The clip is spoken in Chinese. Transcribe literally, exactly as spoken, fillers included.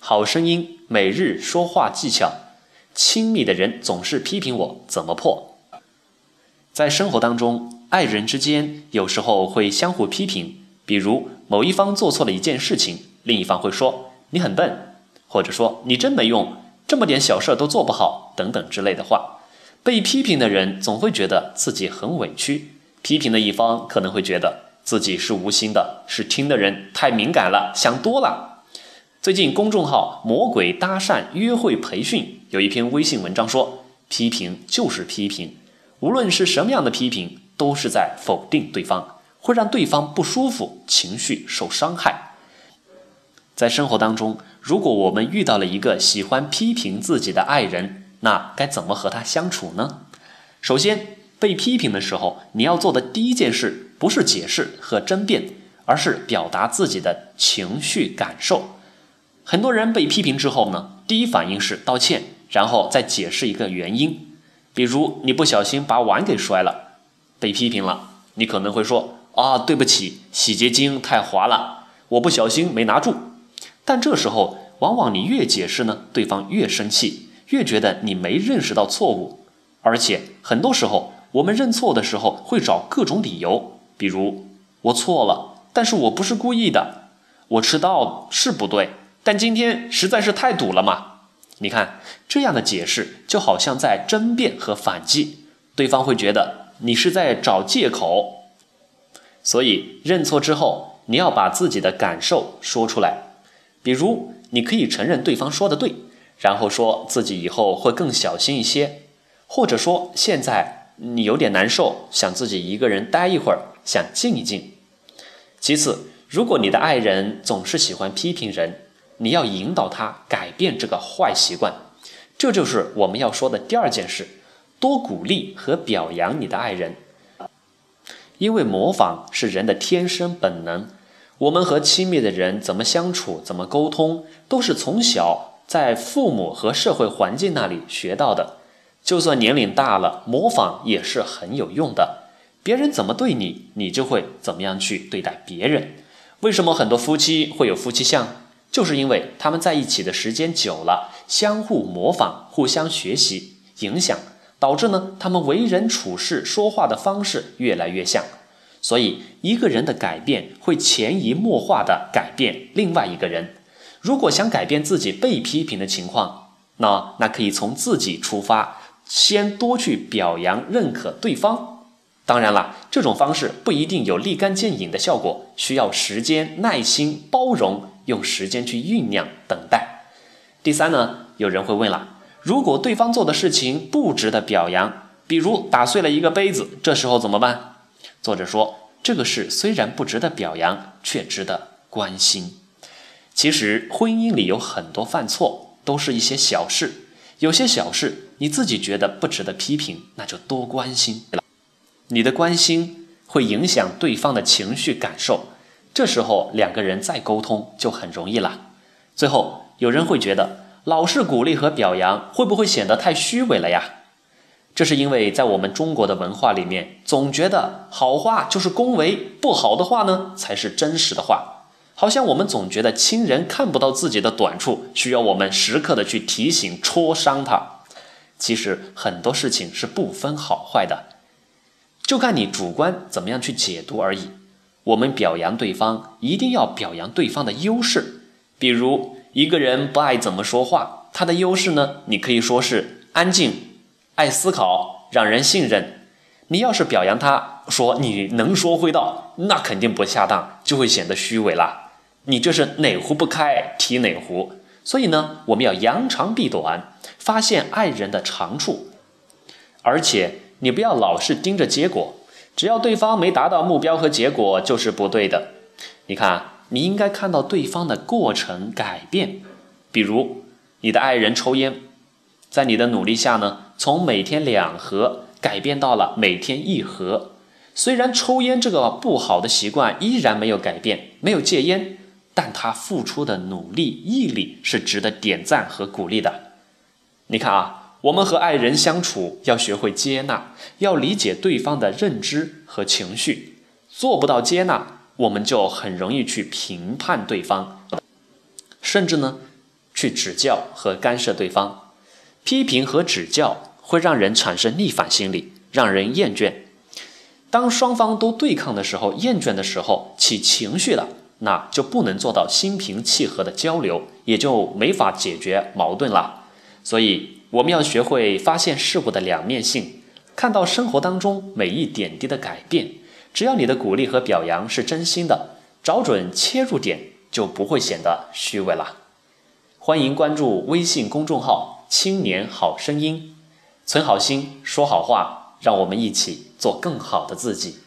好声音，每日说话技巧。亲密的人总是批评我，怎么破？在生活当中，爱人之间有时候会相互批评，比如某一方做错了一件事情，另一方会说你很笨，或者说你真没用，这么点小事都做不好，等等之类的话。被批评的人总会觉得自己很委屈，批评的一方可能会觉得自己是无心的，是听的人太敏感了，想多了。最近公众号魔鬼搭讪约会培训有一篇微信文章说，批评就是批评，无论是什么样的批评，都是在否定对方，会让对方不舒服，情绪受伤害。在生活当中，如果我们遇到了一个喜欢批评自己的爱人，那该怎么和他相处呢？首先，被批评的时候，你要做的第一件事不是解释和争辩，而是表达自己的情绪感受。很多人被批评之后呢，第一反应是道歉，然后再解释一个原因。比如你不小心把碗给摔了，被批评了，你可能会说啊，对不起，洗洁精太滑了，我不小心没拿住。但这时候往往你越解释呢，对方越生气，越觉得你没认识到错误。而且很多时候我们认错的时候会找各种理由，比如我错了，但是我不是故意的，我迟到是不对，但今天实在是太堵了嘛。你看，这样的解释就好像在争辩和反击，对方会觉得你是在找借口。所以认错之后，你要把自己的感受说出来。比如你可以承认对方说的对，然后说自己以后会更小心一些，或者说现在你有点难受，想自己一个人待一会儿，想静一静。其次，如果你的爱人总是喜欢批评人，你要引导他改变这个坏习惯。这就是我们要说的第二件事，多鼓励和表扬你的爱人。因为模仿是人的天生本能，我们和亲密的人怎么相处，怎么沟通，都是从小在父母和社会环境那里学到的。就算年龄大了，模仿也是很有用的。别人怎么对你，你就会怎么样去对待别人。为什么很多夫妻会有夫妻相？就是因为他们在一起的时间久了，相互模仿，互相学习，影响，导致呢，他们为人处事、说话的方式越来越像。所以，一个人的改变会潜移默化地改变另外一个人。如果想改变自己被批评的情况，那那可以从自己出发，先多去表扬、认可对方。当然了，这种方式不一定有立竿见影的效果，需要时间、耐心、包容，用时间去酝酿、等待。第三呢，有人会问了，如果对方做的事情不值得表扬，比如打碎了一个杯子，这时候怎么办？作者说，这个事虽然不值得表扬，却值得关心。其实婚姻里有很多犯错，都是一些小事，有些小事你自己觉得不值得批评，那就多关心。你的关心会影响对方的情绪感受，这时候两个人再沟通就很容易了。最后，有人会觉得老是鼓励和表扬会不会显得太虚伪了呀？这是因为在我们中国的文化里面，总觉得好话就是恭维，不好的话呢才是真实的话。好像我们总觉得亲人看不到自己的短处，需要我们时刻的去提醒、戳伤他。其实很多事情是不分好坏的，就看你主观怎么样去解读而已。我们表扬对方，一定要表扬对方的优势。比如一个人不爱怎么说话，他的优势呢，你可以说是安静、爱思考、让人信任。你要是表扬他，说你能说会道，那肯定不恰当，就会显得虚伪啦。你这是哪壶不开提哪壶。所以呢，我们要扬长避短，发现爱人的长处。而且你不要老是盯着结果，只要对方没达到目标和结果就是不对的。你看，你应该看到对方的过程改变。比如你的爱人抽烟，在你的努力下呢，从每天两盒改变到了每天一盒。虽然抽烟这个不好的习惯依然没有改变，没有戒烟，但他付出的努力、毅力是值得点赞和鼓励的。你看啊，我们和爱人相处要学会接纳，要理解对方的认知和情绪。做不到接纳，我们就很容易去评判对方，甚至呢， 去指教和干涉对方。批评和指教会让人产生逆反心理，让人厌倦。当双方都对抗的时候，厌倦的时候，起情绪了，那就不能做到心平气和的交流，也就没法解决矛盾了。所以我们要学会发现事物的两面性，看到生活当中每一点滴的改变。只要你的鼓励和表扬是真心的，找准切入点，就不会显得虚伪了。欢迎关注微信公众号青年好声音，存好心，说好话，让我们一起做更好的自己。